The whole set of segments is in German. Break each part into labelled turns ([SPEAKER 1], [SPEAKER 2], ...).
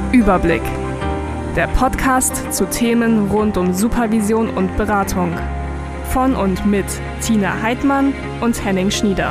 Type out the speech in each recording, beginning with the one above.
[SPEAKER 1] Überblick. Der Podcast zu Themen rund um Supervision und Beratung. Von und mit Tina Heidmann und Henning Schnieder.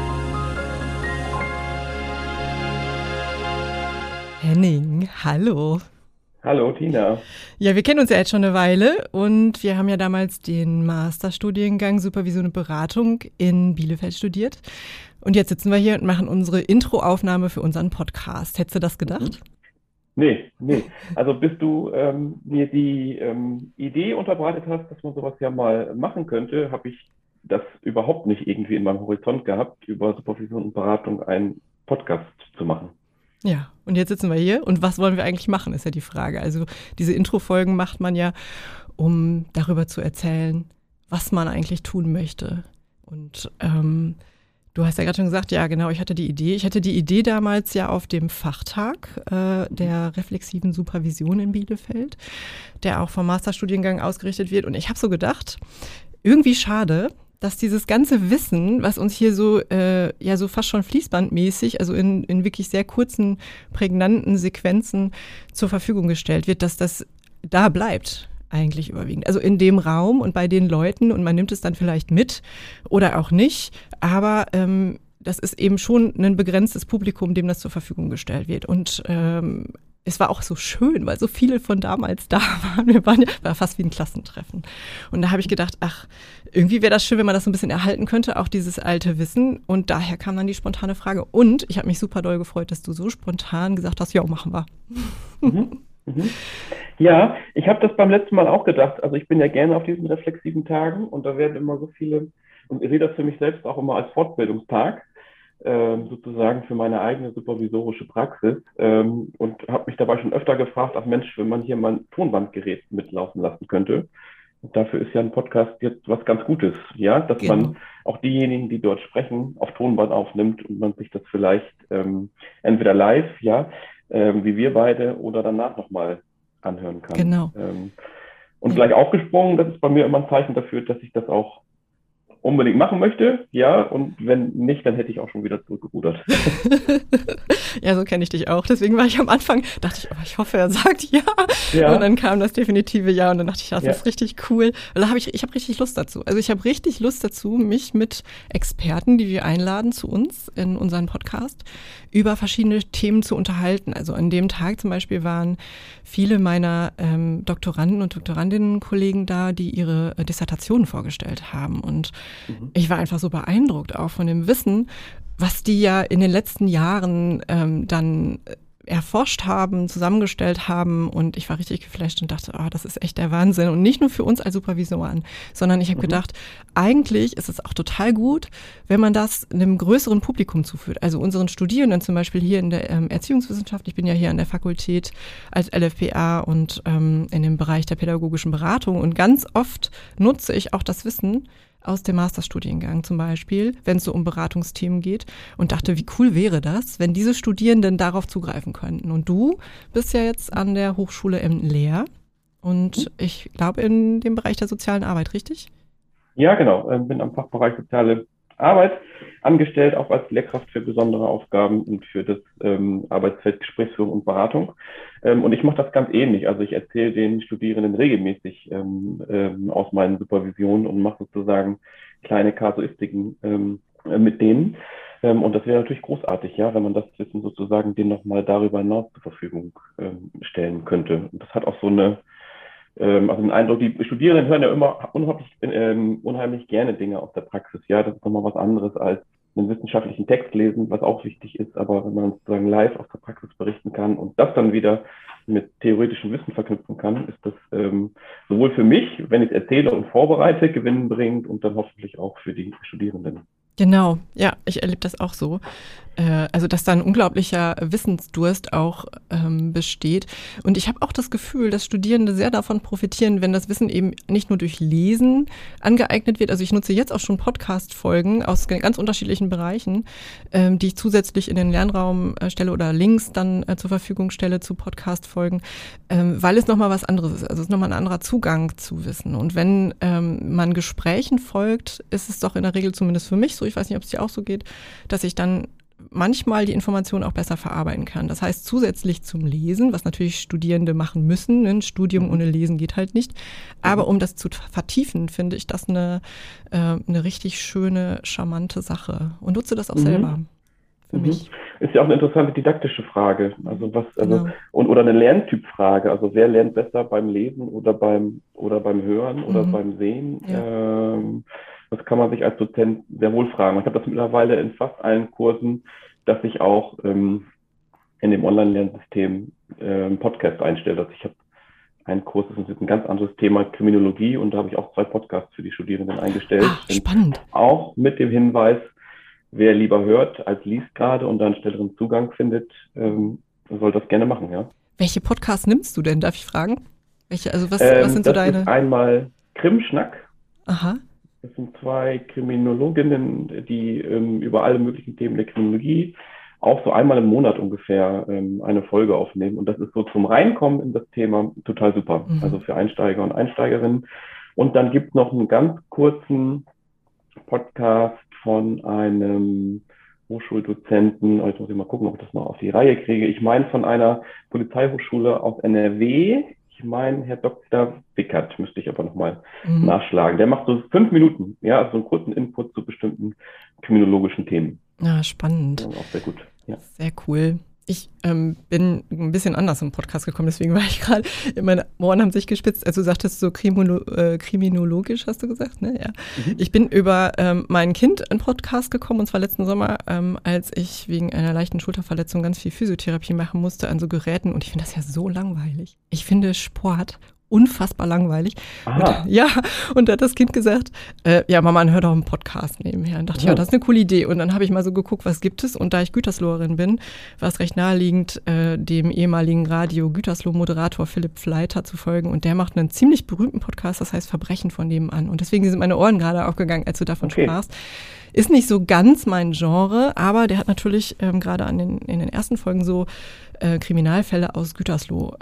[SPEAKER 2] Henning, hallo.
[SPEAKER 3] Hallo Tina.
[SPEAKER 2] Ja, wir kennen uns ja jetzt schon eine Weile und wir haben ja damals den Masterstudiengang Supervision und Beratung in Bielefeld studiert. Und jetzt sitzen wir hier und machen unsere Introaufnahme für unseren Podcast. Hättest du das gedacht?
[SPEAKER 3] Nee. Also bis du mir die Idee unterbreitet hast, dass man sowas ja mal machen könnte, habe ich das überhaupt nicht irgendwie in meinem Horizont gehabt, über Supervision und Beratung einen Podcast zu machen.
[SPEAKER 2] Ja, und jetzt sitzen wir hier und was wollen wir eigentlich machen, ist ja die Frage. Also diese Introfolgen macht man ja, um darüber zu erzählen, was man eigentlich tun möchte. Und du hast ja gerade schon gesagt, ja genau, ich hatte die Idee damals ja auf dem Fachtag der reflexiven Supervision in Bielefeld, der auch vom Masterstudiengang ausgerichtet wird. Und ich habe so gedacht, irgendwie schade, dass dieses ganze Wissen, was uns hier so so fast schon fließbandmäßig, also in wirklich sehr kurzen, prägnanten Sequenzen zur Verfügung gestellt wird, dass das da bleibt eigentlich überwiegend. Also in dem Raum und bei den Leuten und man nimmt es dann vielleicht mit oder auch nicht, aber das ist eben schon ein begrenztes Publikum, dem das zur Verfügung gestellt wird. Und es war auch so schön, weil so viele von damals da waren. War fast wie ein Klassentreffen. Und da habe ich gedacht, ach, irgendwie wäre das schön, wenn man das so ein bisschen erhalten könnte, auch dieses alte Wissen. Und daher kam dann die spontane Frage. Und ich habe mich super doll gefreut, dass du so spontan gesagt hast, ja, machen wir.
[SPEAKER 3] Ja, ich habe das beim letzten Mal auch gedacht. Also ich bin ja gerne auf diesen reflexiven Tagen und da werden immer so viele, und ich sehe das für mich selbst auch immer als Fortbildungstag, sozusagen für meine eigene supervisorische Praxis und habe mich dabei schon öfter gefragt, ach Mensch, wenn man hier mal ein Tonbandgerät mitlaufen lassen könnte. Und dafür ist ja ein Podcast jetzt was ganz Gutes, ja, dass man auch diejenigen, die dort sprechen, auf Tonband aufnimmt und man sich das vielleicht entweder live, wie wir beide, oder danach nochmal anhören kann.
[SPEAKER 2] Genau.
[SPEAKER 3] Und gleich aufgesprungen, das ist bei mir immer ein Zeichen dafür, dass ich das auch unbedingt machen möchte, ja, und wenn nicht, dann hätte ich auch schon wieder zurückgerudert.
[SPEAKER 2] Ja, so kenne ich dich auch. Deswegen war ich am Anfang, dachte ich, aber ich hoffe, er sagt ja. Und dann kam das definitive Ja und dann dachte ich, das ist richtig cool. Und da ich habe richtig Lust dazu. Also ich habe richtig Lust dazu, mich mit Experten, die wir einladen zu uns in unseren Podcast, über verschiedene Themen zu unterhalten. Also an dem Tag zum Beispiel waren viele meiner Doktoranden und Doktorandinnen-Kollegen da, die ihre Dissertationen vorgestellt haben. Und ich war einfach so beeindruckt auch von dem Wissen, was die ja in den letzten Jahren dann erforscht haben, zusammengestellt haben. Und ich war richtig geflasht und dachte, das ist echt der Wahnsinn. Und nicht nur für uns als Supervisoren, sondern ich habe gedacht, eigentlich ist es auch total gut, wenn man das einem größeren Publikum zuführt. Also unseren Studierenden zum Beispiel hier in der Erziehungswissenschaft. Ich bin ja hier an der Fakultät als LFPA und in dem Bereich der pädagogischen Beratung. Und ganz oft nutze ich auch das Wissen aus dem Masterstudiengang zum Beispiel, wenn es so um Beratungsthemen geht und dachte, wie cool wäre das, wenn diese Studierenden darauf zugreifen könnten. Und du bist ja jetzt an der Hochschule Emden-Leer und ich glaube in dem Bereich der sozialen Arbeit, richtig?
[SPEAKER 3] Ja, genau. Bin am Fachbereich Soziale Arbeit angestellt, auch als Lehrkraft für besondere Aufgaben und für das Arbeitsfeld Gesprächsführung und Beratung. Und ich mache das ganz ähnlich. Also ich erzähle den Studierenden regelmäßig aus meinen Supervisionen und mache sozusagen kleine Kasuistiken mit denen. Und das wäre natürlich großartig, ja, wenn man das Wissen sozusagen denen nochmal darüber hinaus zur Verfügung stellen könnte. Und das hat auch so eine den Eindruck, die Studierenden hören ja immer unheimlich gerne Dinge aus der Praxis. Ja, das ist nochmal was anderes als einen wissenschaftlichen Text lesen, was auch wichtig ist. Aber wenn man sozusagen live aus der Praxis berichten kann und das dann wieder mit theoretischem Wissen verknüpfen kann, ist das sowohl für mich, wenn ich es erzähle und vorbereite, gewinnbringend und dann hoffentlich auch für die Studierenden.
[SPEAKER 2] Genau, ja, ich erlebe das auch so. Also, dass da ein unglaublicher Wissensdurst auch besteht. Und ich habe auch das Gefühl, dass Studierende sehr davon profitieren, wenn das Wissen eben nicht nur durch Lesen angeeignet wird. Also ich nutze jetzt auch schon Podcast-Folgen aus ganz unterschiedlichen Bereichen, die ich zusätzlich in den Lernraum stelle oder Links dann zur Verfügung stelle zu Podcast-Folgen, weil es nochmal was anderes ist. Also es ist nochmal ein anderer Zugang zu Wissen. Und wenn man Gesprächen folgt, ist es doch in der Regel zumindest für mich so, ich weiß nicht, ob es dir auch so geht, dass ich dann manchmal die Informationen auch besser verarbeiten kann. Das heißt, zusätzlich zum Lesen, was natürlich Studierende machen müssen, ein Studium ohne Lesen geht halt nicht, aber um das zu vertiefen, finde ich das eine richtig schöne, charmante Sache und nutze das auch selber für mich.
[SPEAKER 3] Ist ja auch eine interessante didaktische Frage, oder eine Lerntypfrage. Also wer lernt besser beim Lesen oder beim Hören oder beim Sehen? Ja. Das kann man sich als Dozent sehr wohl fragen. Ich habe das mittlerweile in fast allen Kursen, dass ich auch in dem Online-Lernsystem einen Podcast einstelle. Also ich habe einen Kurs, das ist jetzt ein ganz anderes Thema, Kriminologie, und da habe ich auch 2 Podcasts für die Studierenden eingestellt.
[SPEAKER 2] Spannend.
[SPEAKER 3] Auch mit dem Hinweis, wer lieber hört als liest gerade und da einen schnelleren Zugang findet, soll das gerne machen, ja.
[SPEAKER 2] Welche Podcasts nimmst du denn, darf ich fragen? Was sind so deine?
[SPEAKER 3] Das ist einmal Krimschnack.
[SPEAKER 2] Aha.
[SPEAKER 3] Das sind 2 Kriminologinnen, die über alle möglichen Themen der Kriminologie auch so einmal im Monat ungefähr eine Folge aufnehmen. Und das ist so zum Reinkommen in das Thema total super. Also für Einsteiger und Einsteigerinnen. Und dann gibt es noch einen ganz kurzen Podcast von einem Hochschuldozenten. Jetzt muss ich mal gucken, ob ich das noch auf die Reihe kriege. Ich meine von einer Polizeihochschule aus NRW. Ich meine, Herr Dr. Wickert, müsste ich aber nochmal nachschlagen. Der macht so 5 Minuten, ja, also einen kurzen Input zu bestimmten kriminologischen Themen.
[SPEAKER 2] Ja, spannend.
[SPEAKER 3] Ja, auch sehr gut. Ja.
[SPEAKER 2] Sehr cool. Ich bin ein bisschen anders im Podcast gekommen, deswegen war ich gerade, meine Ohren haben sich gespitzt. Also du sagtest so kriminologisch, hast du gesagt, ne? Ja. Ich bin über mein Kind in Podcast gekommen, und zwar letzten Sommer, als ich wegen einer leichten Schulterverletzung ganz viel Physiotherapie machen musste an so Geräten, und ich finde das ja so langweilig. Ich finde Sport unfassbar langweilig. Und da hat das Kind gesagt, ja Mama, hör doch einen Podcast nebenher. Und dachte, ja, das ist eine coole Idee. Und dann habe ich mal so geguckt, was gibt es. Und da ich Gütersloherin bin, war es recht naheliegend, dem ehemaligen Radio-Gütersloh-Moderator Philipp Fleiter zu folgen. Und der macht einen ziemlich berühmten Podcast, das heißt Verbrechen von nebenan. Und deswegen sind meine Ohren gerade aufgegangen, als du davon sprachst. Ist nicht so ganz mein Genre, aber der hat natürlich gerade in den ersten Folgen so Kriminalfälle aus Gütersloh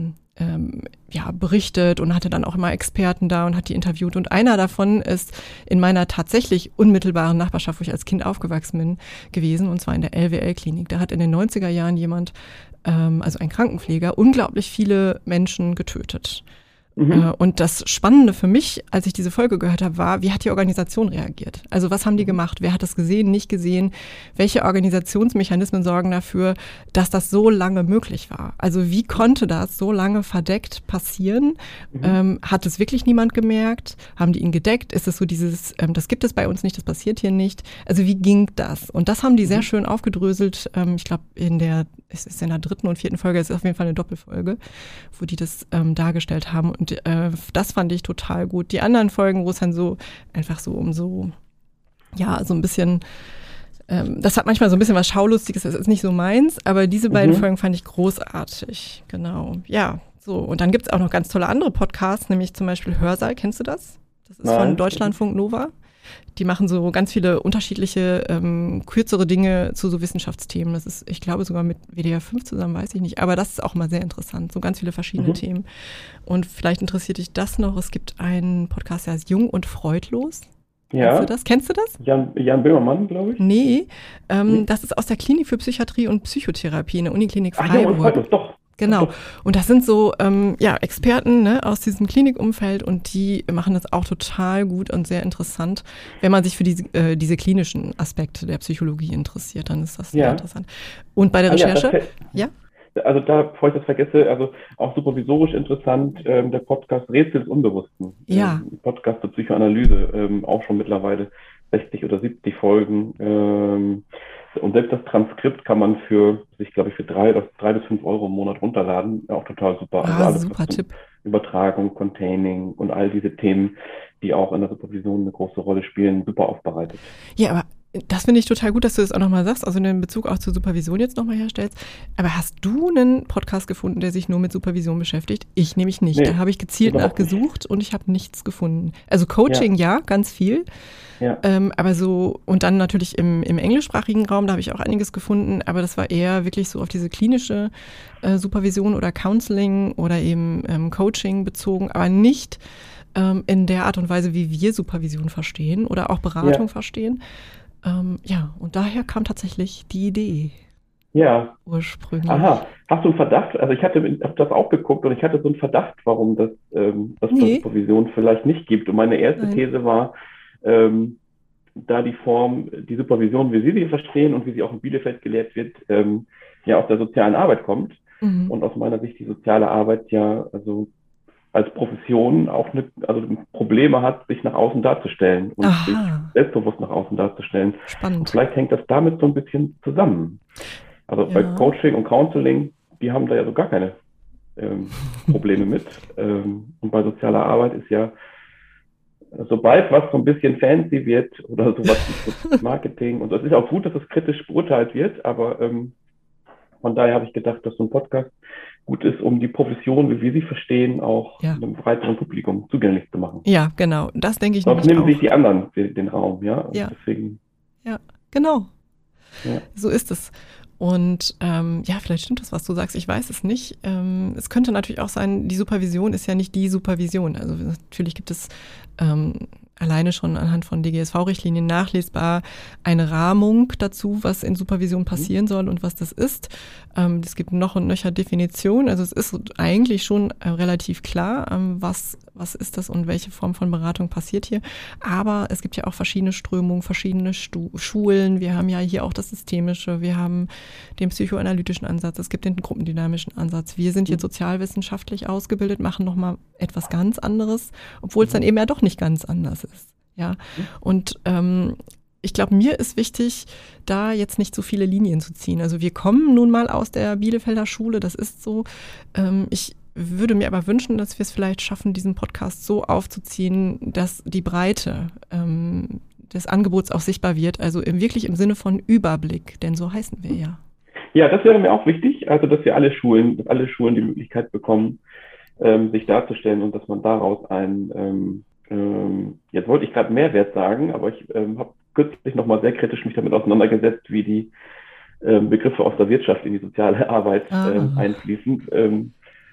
[SPEAKER 2] berichtet und hatte dann auch immer Experten da und hat die interviewt. Und einer davon ist in meiner tatsächlich unmittelbaren Nachbarschaft, wo ich als Kind aufgewachsen bin, gewesen, und zwar in der LWL-Klinik. Da hat in den 90er Jahren jemand, also ein Krankenpfleger, unglaublich viele Menschen getötet. Und das Spannende für mich, als ich diese Folge gehört habe, war, wie hat die Organisation reagiert? Also was haben die gemacht? Wer hat das gesehen, nicht gesehen? Welche Organisationsmechanismen sorgen dafür, dass das so lange möglich war? Also wie konnte das so lange verdeckt passieren? Hat es wirklich niemand gemerkt? Haben die ihn gedeckt? Ist es so dieses, das gibt es bei uns nicht, das passiert hier nicht? Also wie ging das? Und das haben die sehr schön aufgedröselt. Ich glaube, es ist in der 3. und 4. Folge, es ist auf jeden Fall eine Doppelfolge, wo die das dargestellt haben. Und das fand ich total gut. Die anderen Folgen, wo es dann so einfach so so ein bisschen, das hat manchmal so ein bisschen was Schaulustiges, das ist nicht so meins, aber diese beiden Folgen fand ich großartig. Genau. Ja, so. Und dann gibt es auch noch ganz tolle andere Podcasts, nämlich zum Beispiel Hörsaal. Kennst du das? Das ist von Deutschlandfunk Nova. Die machen so ganz viele unterschiedliche, kürzere Dinge zu so Wissenschaftsthemen. Das ist, ich glaube, sogar mit WDR 5 zusammen, weiß ich nicht. Aber das ist auch mal sehr interessant. So ganz viele verschiedene Themen. Und vielleicht interessiert dich das noch. Es gibt einen Podcast, der heißt Jung und Freudlos. Ja. Kennst du das?
[SPEAKER 3] Jan Böhmermann, glaube ich.
[SPEAKER 2] Nee, das ist aus der Klinik für Psychiatrie und Psychotherapie in der Uniklinik Freiburg.
[SPEAKER 3] Jung und Freudlos, doch.
[SPEAKER 2] Genau. Und das sind so Experten, ne, aus diesem Klinikumfeld, und die machen das auch total gut und sehr interessant. Wenn man sich für diese klinischen Aspekte der Psychologie interessiert, dann ist das sehr interessant. Und bei der Recherche,
[SPEAKER 3] Also da, bevor ich das vergesse, also auch supervisorisch interessant, der Podcast Rätsel des Unbewussten. Podcast zur Psychoanalyse, auch schon mittlerweile 60 oder 70 Folgen. Und selbst das Transkript kann man für 3 bis 5 Euro im Monat runterladen. Auch total super. Also alles,
[SPEAKER 2] super Tipp.
[SPEAKER 3] Übertragung, Containing und all diese Themen, die auch in der Supervision eine große Rolle spielen, super aufbereitet.
[SPEAKER 2] Ja, aber das finde ich total gut, dass du das auch nochmal sagst, also in Bezug auch zur Supervision jetzt nochmal herstellst. Aber hast du einen Podcast gefunden, der sich nur mit Supervision beschäftigt? Ich nämlich nicht. Da habe ich gezielt nachgesucht und ich habe nichts gefunden. Also Coaching, ganz viel. Ja. Aber so, und dann natürlich im englischsprachigen Raum, da habe ich auch einiges gefunden, aber das war eher wirklich so auf diese klinische Supervision oder Counseling oder eben Coaching bezogen, aber nicht in der Art und Weise, wie wir Supervision verstehen oder auch Beratung verstehen. Und daher kam tatsächlich die Idee.
[SPEAKER 3] Ja.
[SPEAKER 2] Ursprünglich.
[SPEAKER 3] Aha. Hast du einen Verdacht? Also ich habe das auch geguckt und ich hatte so einen Verdacht, warum das Supervision vielleicht nicht gibt. Und meine erste These war, da die Supervision, wie Sie sie verstehen und wie sie auch in Bielefeld gelehrt wird, aus der sozialen Arbeit kommt. Mhm. Und aus meiner Sicht die soziale Arbeit also als Profession auch Probleme hat, sich nach außen darzustellen und sich selbstbewusst nach außen darzustellen.
[SPEAKER 2] Spannend.
[SPEAKER 3] Und vielleicht hängt das damit so ein bisschen zusammen. Also bei Coaching und Counseling, die haben da ja so gar keine Probleme mit. Und bei sozialer Arbeit ist ja, sobald was so ein bisschen fancy wird oder sowas wie Marketing, und es ist auch gut, dass es kritisch beurteilt wird, aber von daher habe ich gedacht, dass so ein Podcast gut ist, um die Profession, wie wir sie verstehen, auch einem breiteren Publikum zugänglich zu machen.
[SPEAKER 2] Ja, genau. Das denke ich
[SPEAKER 3] nämlich auch. Sonst nehmen sich die anderen den Raum, ja. Und deswegen.
[SPEAKER 2] Ja, genau. Ja. So ist es. Und vielleicht stimmt das, was du sagst. Ich weiß es nicht. Es könnte natürlich auch sein, die Supervision ist ja nicht die Supervision. Also natürlich gibt es alleine schon anhand von DGSV-Richtlinien nachlesbar eine Rahmung dazu, was in Supervision passieren soll und was das ist. Es gibt noch und nöcher Definitionen. Also es ist eigentlich schon relativ klar, was ist das und welche Form von Beratung passiert hier. Aber es gibt ja auch verschiedene Strömungen, verschiedene Schulen. Wir haben ja hier auch das Systemische, wir haben den psychoanalytischen Ansatz, es gibt den gruppendynamischen Ansatz. Wir sind jetzt sozialwissenschaftlich ausgebildet, machen nochmal etwas ganz anderes, obwohl es dann eben ja doch nicht ganz anders ist. Ja, und ich glaube, mir ist wichtig, da jetzt nicht so viele Linien zu ziehen. Also wir kommen nun mal aus der Bielefelder Schule, das ist so. Ich würde mir aber wünschen, dass wir es vielleicht schaffen, diesen Podcast so aufzuziehen, dass die Breite des Angebots auch sichtbar wird, also wirklich im Sinne von Überblick, denn so heißen wir ja.
[SPEAKER 3] Ja, das wäre mir auch wichtig, also dass alle Schulen die Möglichkeit bekommen, sich darzustellen und dass man daraus jetzt wollte ich gerade Mehrwert sagen, aber ich habe kürzlich nochmal sehr kritisch mich damit auseinandergesetzt, wie die Begriffe aus der Wirtschaft in die soziale Arbeit einfließen.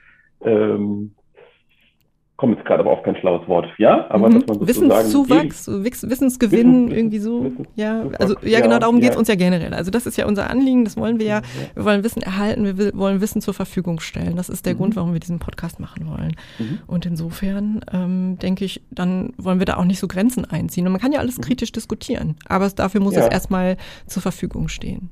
[SPEAKER 3] Komme jetzt gerade aber auf kein schlaues Wort, ja, aber dass man
[SPEAKER 2] Wissenszuwachs, Wissensgewinn, irgendwie so, genau, darum geht es uns ja generell. Also das ist ja unser Anliegen, das wollen wir ja, wir wollen Wissen erhalten, wir wollen Wissen zur Verfügung stellen. Das ist der Grund, warum wir diesen Podcast machen wollen. Und insofern denke ich, dann wollen wir da auch nicht so Grenzen einziehen. Und man kann ja alles kritisch diskutieren, aber dafür muss es erstmal zur Verfügung stehen.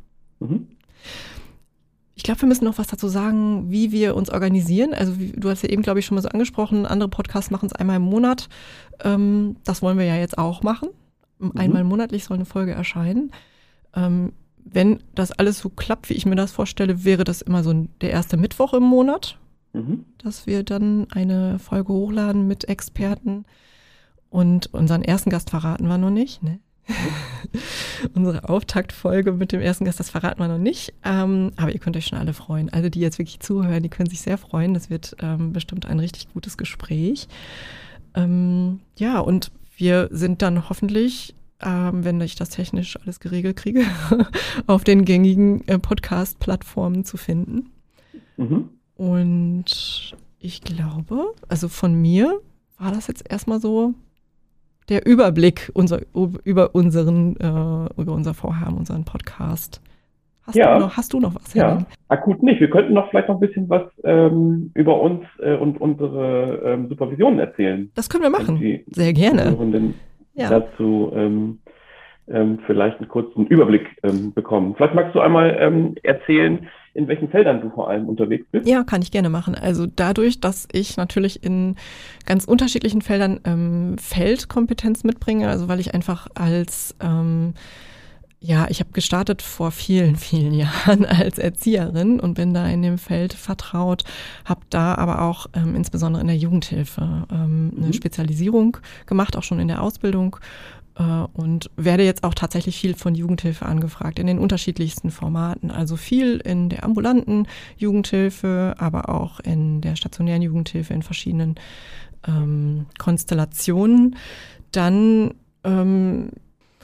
[SPEAKER 2] Ich glaube, wir müssen noch was dazu sagen, wie wir uns organisieren. Also du hast ja eben, glaube ich, schon mal so angesprochen, andere Podcasts machen es einmal im Monat. Das wollen wir ja jetzt auch machen. Einmal monatlich soll eine Folge erscheinen. Wenn das alles so klappt, wie ich mir das vorstelle, wäre das immer so der erste Mittwoch im Monat, dass wir dann eine Folge hochladen mit Experten. Und unseren ersten Gast verraten wir noch nicht, ne? Unsere Auftaktfolge mit dem ersten Gast, das verraten wir noch nicht, aber ihr könnt euch schon alle freuen. Alle, die jetzt wirklich zuhören, die können sich sehr freuen. Das wird bestimmt ein richtig gutes Gespräch. Und wir sind dann hoffentlich, wenn ich das technisch alles geregelt kriege, auf den gängigen Podcast-Plattformen zu finden. Und ich glaube, also von mir war das jetzt erstmal so der Überblick über unser Vorhaben, unseren Podcast. Hast du noch was, Henning?
[SPEAKER 3] Ja, akut nicht. Wir könnten vielleicht noch ein bisschen was über uns und unsere Supervisionen erzählen.
[SPEAKER 2] Das können wir machen. Sehr gerne.
[SPEAKER 3] Dazu vielleicht einen kurzen Überblick bekommen. Vielleicht magst du einmal erzählen, in welchen Feldern du vor allem unterwegs bist.
[SPEAKER 2] Ja, kann ich gerne machen. Also dadurch, dass ich natürlich in ganz unterschiedlichen Feldern Feldkompetenz mitbringe, also weil ich einfach als ich habe gestartet vor vielen, vielen Jahren als Erzieherin und bin da in dem Feld vertraut, habe da aber auch insbesondere in der Jugendhilfe eine Spezialisierung gemacht, auch schon in der Ausbildung. Und werde jetzt auch tatsächlich viel von Jugendhilfe angefragt, in den unterschiedlichsten Formaten. Also viel in der ambulanten Jugendhilfe, aber auch in der stationären Jugendhilfe in verschiedenen Konstellationen. Dann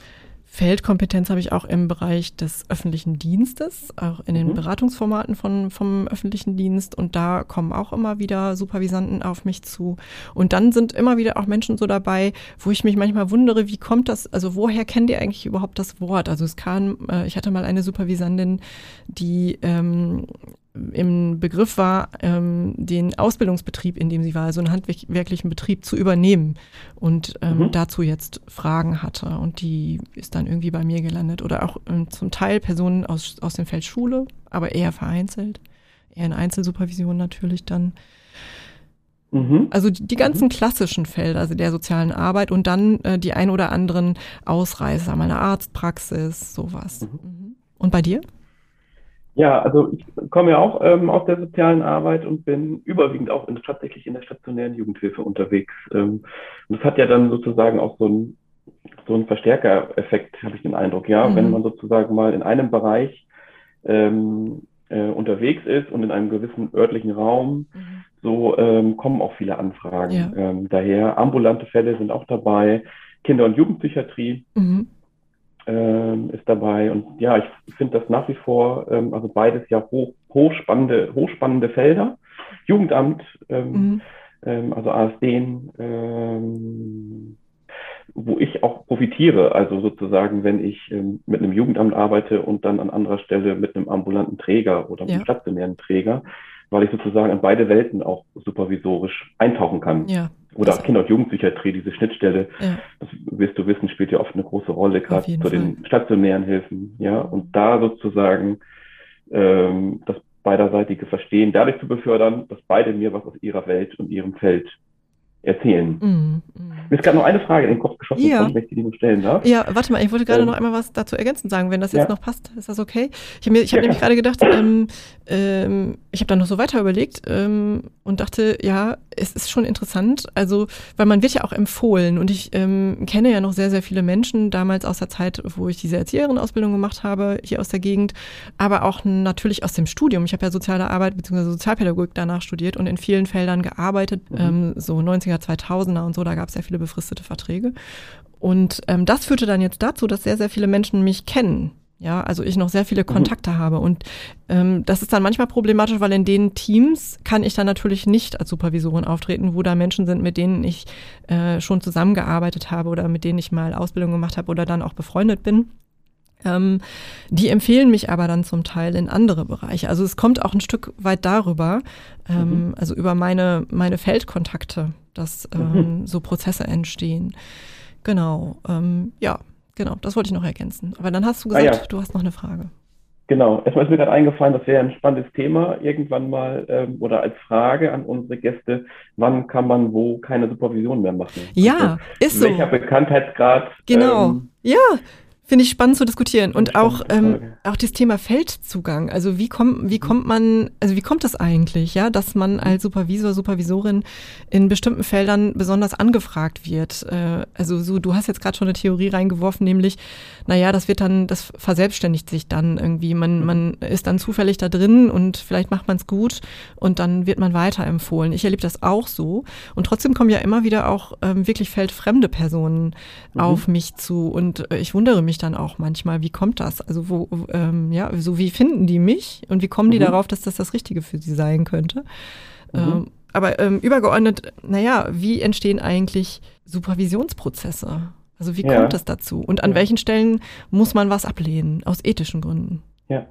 [SPEAKER 2] Feldkompetenz habe ich auch im Bereich des öffentlichen Dienstes, auch in den Beratungsformaten vom öffentlichen Dienst. Und da kommen auch immer wieder Supervisanten auf mich zu. Und dann sind immer wieder auch Menschen so dabei, wo ich mich manchmal wundere, wie kommt das, also woher kennt ihr eigentlich überhaupt das Wort? Also ich hatte mal eine Supervisandin, die im Begriff war, den Ausbildungsbetrieb, in dem sie war, also einen handwerklichen Betrieb zu übernehmen und dazu jetzt Fragen hatte. Und die ist dann irgendwie bei mir gelandet. Oder auch zum Teil Personen aus dem Feld Schule, aber eher vereinzelt, eher in Einzelsupervision natürlich dann. Also die ganzen klassischen Felder, also der sozialen Arbeit und dann die ein oder anderen Ausreißer, mal eine Arztpraxis, sowas. Und bei dir?
[SPEAKER 3] Ja, also ich komme ja auch aus der sozialen Arbeit und bin überwiegend auch tatsächlich in der stationären Jugendhilfe unterwegs. Und das hat ja dann sozusagen auch so einen Verstärkereffekt, habe ich den Eindruck, ja, wenn man sozusagen mal in einem Bereich unterwegs ist und in einem gewissen örtlichen Raum, so kommen auch viele Anfragen.
[SPEAKER 2] Ja.
[SPEAKER 3] Daher ambulante Fälle sind auch dabei, Kinder- und Jugendpsychiatrie ist dabei. Und ja, ich finde das nach wie vor, also beides ja hochspannende Felder. Jugendamt, also ASDen, wo ich auch profitiere. Also sozusagen, wenn ich mit einem Jugendamt arbeite und dann an anderer Stelle mit einem ambulanten Träger oder einem stationären Träger, weil ich sozusagen in beide Welten auch supervisorisch eintauchen kann.
[SPEAKER 2] Ja.
[SPEAKER 3] Oder auch Kinder- und Jugendpsychiatrie, diese Schnittstelle, das wirst du wissen, spielt ja oft eine große Rolle, gerade zu den stationären Hilfen. Ja, und da sozusagen das beiderseitige Verstehen dadurch zu befördern, dass beide mir was aus ihrer Welt und ihrem Feld erzählen. Mir ist gerade noch eine Frage in den Kopf geschossen, wenn ich die nur stellen darf.
[SPEAKER 2] Ja, warte mal, ich wollte gerade noch einmal was dazu ergänzend sagen, wenn das jetzt noch passt. Ist das okay? Ich habe nämlich gerade gedacht, ich habe dann noch so weiter überlegt und dachte, ja, es ist schon interessant, also, weil man wird ja auch empfohlen und ich kenne ja noch sehr, sehr viele Menschen, damals aus der Zeit, wo ich diese Erzieherin-Ausbildung gemacht habe, hier aus der Gegend, aber auch natürlich aus dem Studium. Ich habe ja soziale Arbeit bzw. Sozialpädagogik danach studiert und in vielen Feldern gearbeitet, so 90er, 2000er und so, da gab es sehr viele befristete Verträge. Und das führte dann jetzt dazu, dass sehr, sehr viele Menschen mich kennen. Ja, also ich noch sehr viele Kontakte habe. Und das ist dann manchmal problematisch, weil in den Teams kann ich dann natürlich nicht als Supervisorin auftreten, wo da Menschen sind, mit denen ich schon zusammengearbeitet habe oder mit denen ich mal Ausbildung gemacht habe oder dann auch befreundet bin. Die empfehlen mich aber dann zum Teil in andere Bereiche. Also es kommt auch ein Stück weit darüber, also über meine Feldkontakte, dass so Prozesse entstehen. Genau, genau, das wollte ich noch ergänzen. Aber dann hast du gesagt, du hast noch eine Frage.
[SPEAKER 3] Genau, erstmal ist mir gerade eingefallen, das wäre ein spannendes Thema irgendwann mal oder als Frage an unsere Gäste, wann kann man wo keine Supervision mehr machen?
[SPEAKER 2] Ja,
[SPEAKER 3] also,
[SPEAKER 2] ist so.
[SPEAKER 3] Welcher Bekanntheitsgrad?
[SPEAKER 2] Genau, ja. Finde ich spannend zu diskutieren. Und auch das Thema Feldzugang. Also wie kommt das eigentlich, ja, dass man als Supervisor, Supervisorin in bestimmten Feldern besonders angefragt wird? Also du hast jetzt gerade schon eine Theorie reingeworfen, nämlich, das verselbstständigt sich dann irgendwie. Man ist dann zufällig da drin und vielleicht macht man es gut und dann wird man weiterempfohlen. Ich erlebe das auch so. Und trotzdem kommen ja immer wieder auch wirklich feldfremde Personen auf mich zu. Und ich wundere mich dann auch manchmal, wie kommt das? Also so wie finden die mich und wie kommen die darauf, dass das Richtige für sie sein könnte? Aber übergeordnet, wie entstehen eigentlich Supervisionsprozesse? Also wie kommt es dazu? Und an welchen Stellen muss man was ablehnen, aus ethischen Gründen?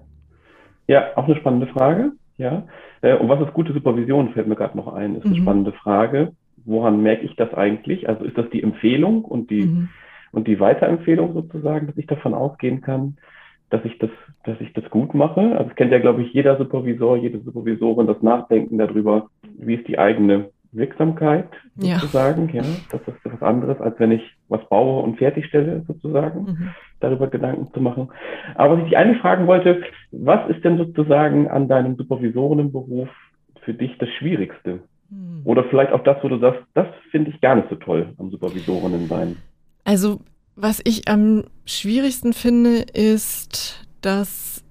[SPEAKER 3] Ja, auch eine spannende Frage. Ja. Und was ist gute Supervision, fällt mir gerade noch ein, ist eine spannende Frage. Woran merke ich das eigentlich? Also ist das die Empfehlung und die Weiterempfehlung sozusagen, dass ich davon ausgehen kann, dass ich das gut mache. Also es kennt ja, glaube ich, jeder Supervisor, jede Supervisorin, das Nachdenken darüber, wie ist die eigene Wirksamkeit sozusagen. Ja, das ist was anderes, als wenn ich was baue und fertigstelle sozusagen, darüber Gedanken zu machen. Aber was ich dich eigentlich fragen wollte, was ist denn sozusagen an deinem Supervisorinnenberuf für dich das Schwierigste? Oder vielleicht auch das, wo du sagst, das finde ich gar nicht so toll am Supervisorinnen sein.
[SPEAKER 2] Also, was ich am schwierigsten finde, ist, dass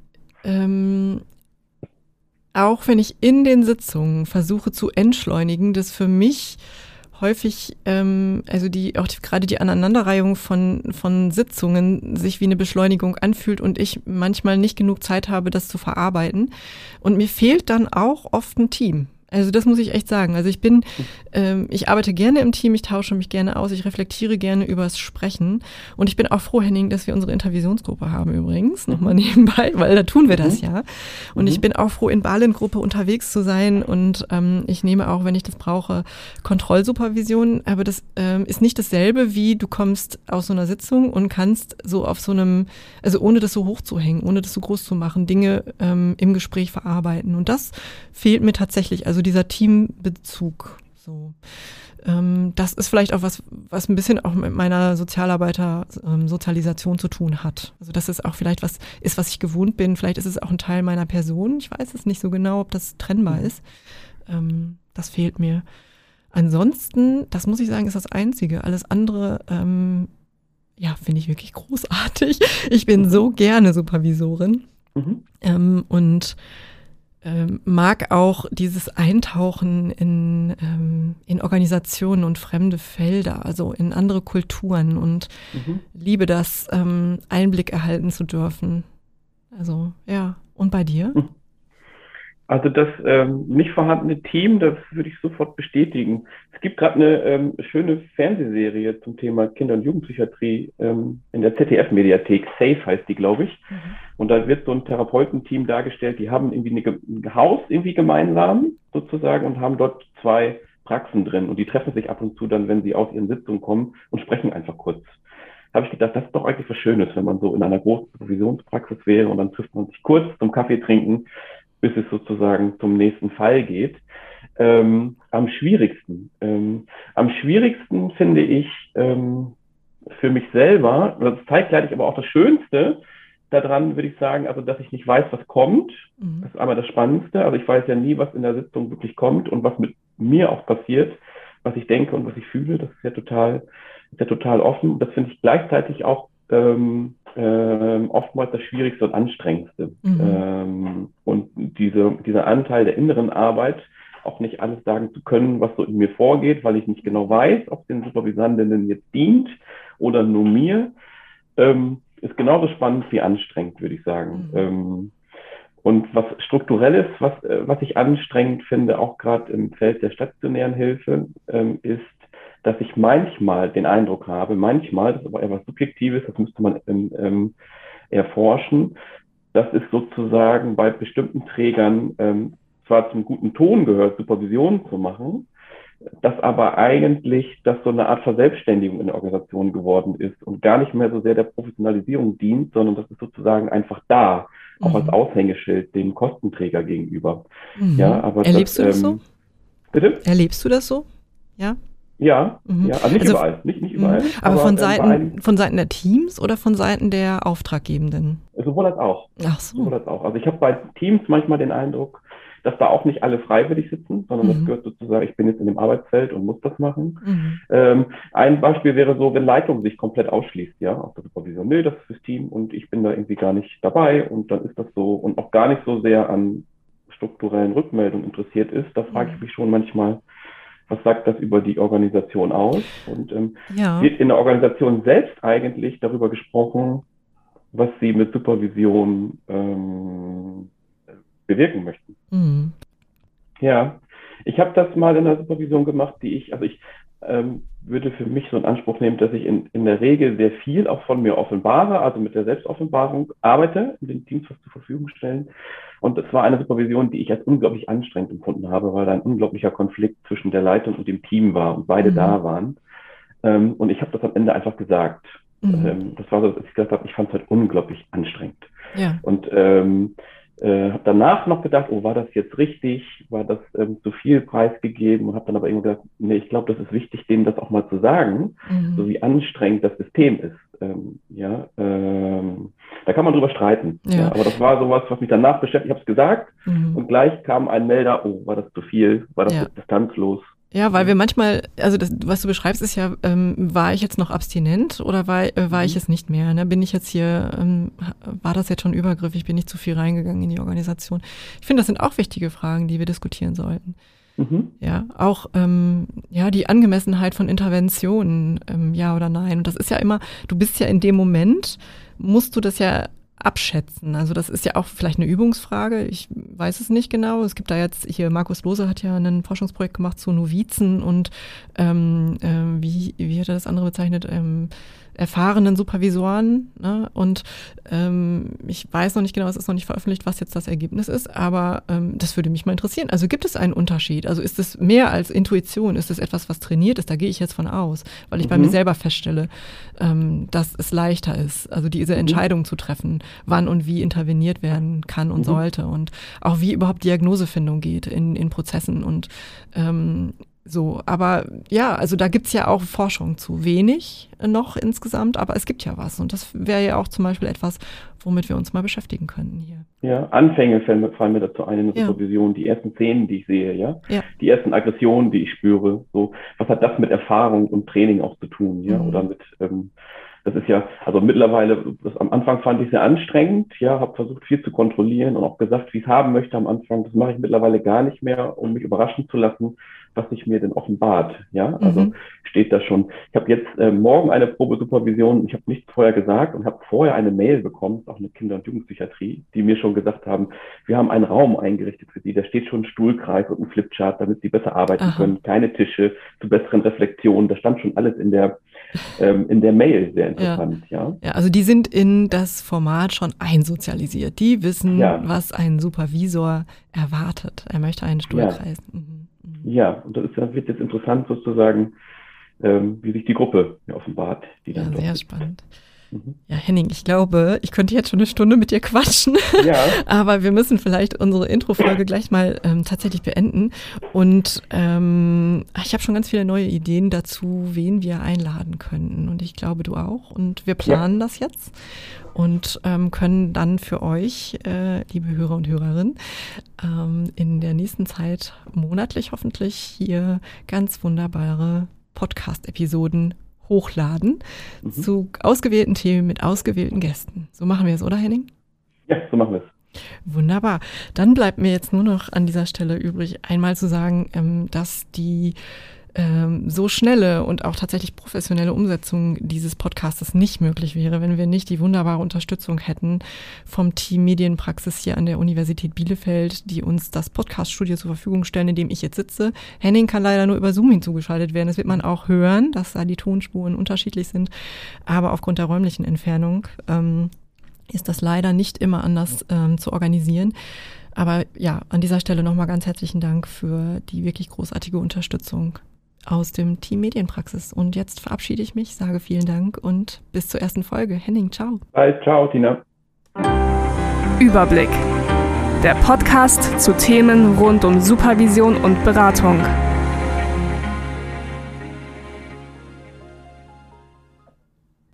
[SPEAKER 2] auch wenn ich in den Sitzungen versuche zu entschleunigen, das für mich häufig, gerade die Aneinanderreihung von Sitzungen sich wie eine Beschleunigung anfühlt und ich manchmal nicht genug Zeit habe, das zu verarbeiten. Und mir fehlt dann auch oft ein Team. Also das muss ich echt sagen. Also ich arbeite gerne im Team, ich tausche mich gerne aus, ich reflektiere gerne übers Sprechen und ich bin auch froh, Henning, dass wir unsere Intervisionsgruppe haben übrigens, nochmal nebenbei, weil da tun wir das ja. Und ich bin auch froh, in Ballen-Gruppe unterwegs zu sein und ich nehme auch, wenn ich das brauche, Kontrollsupervision, aber das ist nicht dasselbe, wie du kommst aus so einer Sitzung und kannst so auf so einem, also ohne das so hoch zu hängen, ohne das so groß zu machen, Dinge im Gespräch verarbeiten und das fehlt mir tatsächlich, also dieser Teambezug. So. Das ist vielleicht auch was ein bisschen auch mit meiner Sozialarbeiter-Sozialisation zu tun hat. Also dass es auch vielleicht was ist, was ich gewohnt bin. Vielleicht ist es auch ein Teil meiner Person. Ich weiß es nicht so genau, ob das trennbar ist. Das fehlt mir. Ansonsten, das muss ich sagen, ist das Einzige. Alles andere, finde ich wirklich großartig. Ich bin so gerne Supervisorin. Und mag auch dieses Eintauchen in Organisationen und fremde Felder, also in andere Kulturen und liebe das, Einblick erhalten zu dürfen. Also, ja. Und bei dir?
[SPEAKER 3] Also das nicht vorhandene Team, das würde ich sofort bestätigen. Es gibt gerade eine schöne Fernsehserie zum Thema Kinder- und Jugendpsychiatrie in der ZDF-Mediathek. Safe heißt die, glaube ich. Und da wird so ein Therapeutenteam dargestellt, die haben irgendwie ein Haus irgendwie gemeinsam sozusagen und haben dort 2 Praxen drin. Und die treffen sich ab und zu dann, wenn sie aus ihren Sitzungen kommen und sprechen einfach kurz. Da habe ich gedacht, das ist doch eigentlich was Schönes, wenn man so in einer großen Supervisionspraxis wäre und dann trifft man sich kurz zum Kaffee trinken, bis es sozusagen zum nächsten Fall geht. Am schwierigsten finde ich für mich selber, das zeitgleich aber auch das Schönste daran, würde ich sagen, also dass ich nicht weiß, was kommt. Das ist einmal das Spannendste. Also ich weiß ja nie, was in der Sitzung wirklich kommt und was mit mir auch passiert, was ich denke und was ich fühle. Das ist ja total offen. Das finde ich gleichzeitig auch oftmals das Schwierigste und Anstrengendste. Und dieser Anteil der inneren Arbeit, auch nicht alles sagen zu können, was so in mir vorgeht, weil ich nicht genau weiß, ob es den Supervisandinnen jetzt dient oder nur mir, ist genauso spannend wie anstrengend, würde ich sagen. Und was Strukturelles, was ich anstrengend finde, auch gerade im Feld der stationären Hilfe, ist, dass ich manchmal den Eindruck habe, das ist aber eher was Subjektives, das müsste man erforschen, dass es sozusagen bei bestimmten Trägern zwar zum guten Ton gehört, Supervision zu machen, dass aber eigentlich das so eine Art Verselbstständigung in der Organisation geworden ist und gar nicht mehr so sehr der Professionalisierung dient, sondern das ist sozusagen einfach da, auch als Aushängeschild dem Kostenträger gegenüber. Ja, aber
[SPEAKER 2] Erlebst du das so?
[SPEAKER 3] Bitte?
[SPEAKER 2] Erlebst du das so? Ja?
[SPEAKER 3] Ja, also nicht überall, nicht überall.
[SPEAKER 2] Aber von Seiten der Teams oder von Seiten der Auftraggebenden?
[SPEAKER 3] Sowohl als auch.
[SPEAKER 2] Ach so.
[SPEAKER 3] Sowohl als auch. Also ich habe bei Teams manchmal den Eindruck, dass da auch nicht alle freiwillig sitzen, sondern das gehört sozusagen, ich bin jetzt in dem Arbeitsfeld und muss das machen. Ein Beispiel wäre so, wenn Leitung sich komplett ausschließt, ja, aus der Supervision. Nee, das ist fürs Team und ich bin da irgendwie gar nicht dabei und dann ist das so und auch gar nicht so sehr an strukturellen Rückmeldungen interessiert ist. Da frage ich mich schon manchmal, was sagt das über die Organisation aus? Und wird in der Organisation selbst eigentlich darüber gesprochen, was sie mit Supervision bewirken möchten? Ja, ich habe das mal in der Supervision gemacht, ich würde für mich so in Anspruch nehmen, dass ich in der Regel sehr viel auch von mir offenbare, also mit der Selbstoffenbarung arbeite, in den Teams was zur Verfügung stellen. Und das war eine Supervision, die ich als unglaublich anstrengend empfunden habe, weil da ein unglaublicher Konflikt zwischen der Leitung und dem Team war und beide da waren. Und ich habe das am Ende einfach gesagt. Das war so, dass ich gesagt habe, ich fand es halt unglaublich anstrengend.
[SPEAKER 2] Ja.
[SPEAKER 3] Und habe danach noch gedacht, oh, war das jetzt richtig? War das zu viel preisgegeben? Und habe dann aber irgendwie gedacht, nee, ich glaube, das ist wichtig, denen das auch mal zu sagen, so wie anstrengend das System ist. Da kann man drüber streiten. Ja. Aber das war sowas, was mich danach beschäftigt. Ich habe es gesagt und gleich kam ein Melder, oh, war das zu viel? War das jetzt distanzlos?
[SPEAKER 2] Ja, weil wir manchmal, also das, was du beschreibst, ist ja, war ich jetzt noch abstinent oder war ich es nicht mehr? Ne? Bin ich jetzt hier, war das jetzt schon übergriffig? Bin ich zu viel reingegangen in die Organisation? Ich finde, das sind auch wichtige Fragen, die wir diskutieren sollten. Ja, auch die Angemessenheit von Interventionen, ja oder nein. Und das ist ja immer, du bist ja in dem Moment, musst du das ja abschätzen. Also das ist ja auch vielleicht eine Übungsfrage. Ich weiß es nicht genau. Es gibt da jetzt hier, Markus Lohse hat ja ein Forschungsprojekt gemacht zu Novizen und wie hat er das andere bezeichnet? Erfahrenen Supervisoren, ne? Und ich weiß noch nicht genau, es ist noch nicht veröffentlicht, was jetzt das Ergebnis ist, aber das würde mich mal interessieren. Also gibt es einen Unterschied? Also ist es mehr als Intuition? Ist es etwas, was trainiert ist? Da gehe ich jetzt von aus, weil ich bei mir selber feststelle, dass es leichter ist, also diese Entscheidung zu treffen, wann und wie interveniert werden kann und sollte und auch wie überhaupt Diagnosefindung geht in Prozessen und so, aber ja, also da gibt's ja auch Forschung zu. Wenig noch insgesamt, aber es gibt ja was. Und das wäre ja auch zum Beispiel etwas, womit wir uns mal beschäftigen könnten hier.
[SPEAKER 3] Ja, Anfänge fallen mir dazu ein in der Supervision, die ersten Szenen, die ich sehe, ja, die ersten Aggressionen, die ich spüre. So, was hat das mit Erfahrung und Training auch zu tun, ja, oder mit das ist ja, also mittlerweile, am Anfang fand ich sehr anstrengend, ja, habe versucht viel zu kontrollieren und auch gesagt, wie ich es haben möchte am Anfang. Das mache ich mittlerweile gar nicht mehr, um mich überraschen zu lassen, was sich mir denn offenbart, ja, also steht da schon. Ich habe jetzt morgen eine Probesupervision, ich habe nichts vorher gesagt und habe vorher eine Mail bekommen, auch eine Kinder- und Jugendpsychiatrie, die mir schon gesagt haben, wir haben einen Raum eingerichtet für Sie, da steht schon ein Stuhlkreis und ein Flipchart, damit Sie besser arbeiten können, keine Tische, zu besseren Reflexionen, da stand schon alles in der Mail, sehr interessant, ja.
[SPEAKER 2] Ja, also die sind in das Format schon einsozialisiert. Die wissen, was ein Supervisor erwartet. Er möchte einen Stuhlkreis.
[SPEAKER 3] Ja, und das wird jetzt interessant sozusagen, wie sich die Gruppe offenbart. Die dann
[SPEAKER 2] sehr spannend. Ja, Henning, ich glaube, ich könnte jetzt schon eine Stunde mit dir quatschen, aber wir müssen vielleicht unsere Intro-Folge gleich mal tatsächlich beenden. Und ich habe schon ganz viele neue Ideen dazu, wen wir einladen könnten. Und ich glaube, du auch. Und wir planen das jetzt und können dann für euch, liebe Hörer und Hörerinnen, in der nächsten Zeit monatlich hoffentlich hier ganz wunderbare Podcast-Episoden hochladen zu ausgewählten Themen mit ausgewählten Gästen. So machen wir es, oder Henning?
[SPEAKER 3] Ja, so machen wir es.
[SPEAKER 2] Wunderbar. Dann bleibt mir jetzt nur noch an dieser Stelle übrig, einmal zu sagen, dass die so schnelle und auch tatsächlich professionelle Umsetzung dieses Podcastes nicht möglich wäre, wenn wir nicht die wunderbare Unterstützung hätten vom Team Medienpraxis hier an der Universität Bielefeld, die uns das Podcast-Studio zur Verfügung stellen, in dem ich jetzt sitze. Henning kann leider nur über Zoom hinzugeschaltet werden. Das wird man auch hören, dass da die Tonspuren unterschiedlich sind. Aber aufgrund der räumlichen Entfernung ist das leider nicht immer anders zu organisieren. Aber ja, an dieser Stelle nochmal ganz herzlichen Dank für die wirklich großartige Unterstützung aus dem Team Medienpraxis. Und jetzt verabschiede ich mich, sage vielen Dank und bis zur ersten Folge. Henning, ciao.
[SPEAKER 3] Bye, ciao, Tina.
[SPEAKER 1] Überblick. Der Podcast zu Themen rund um Supervision und Beratung.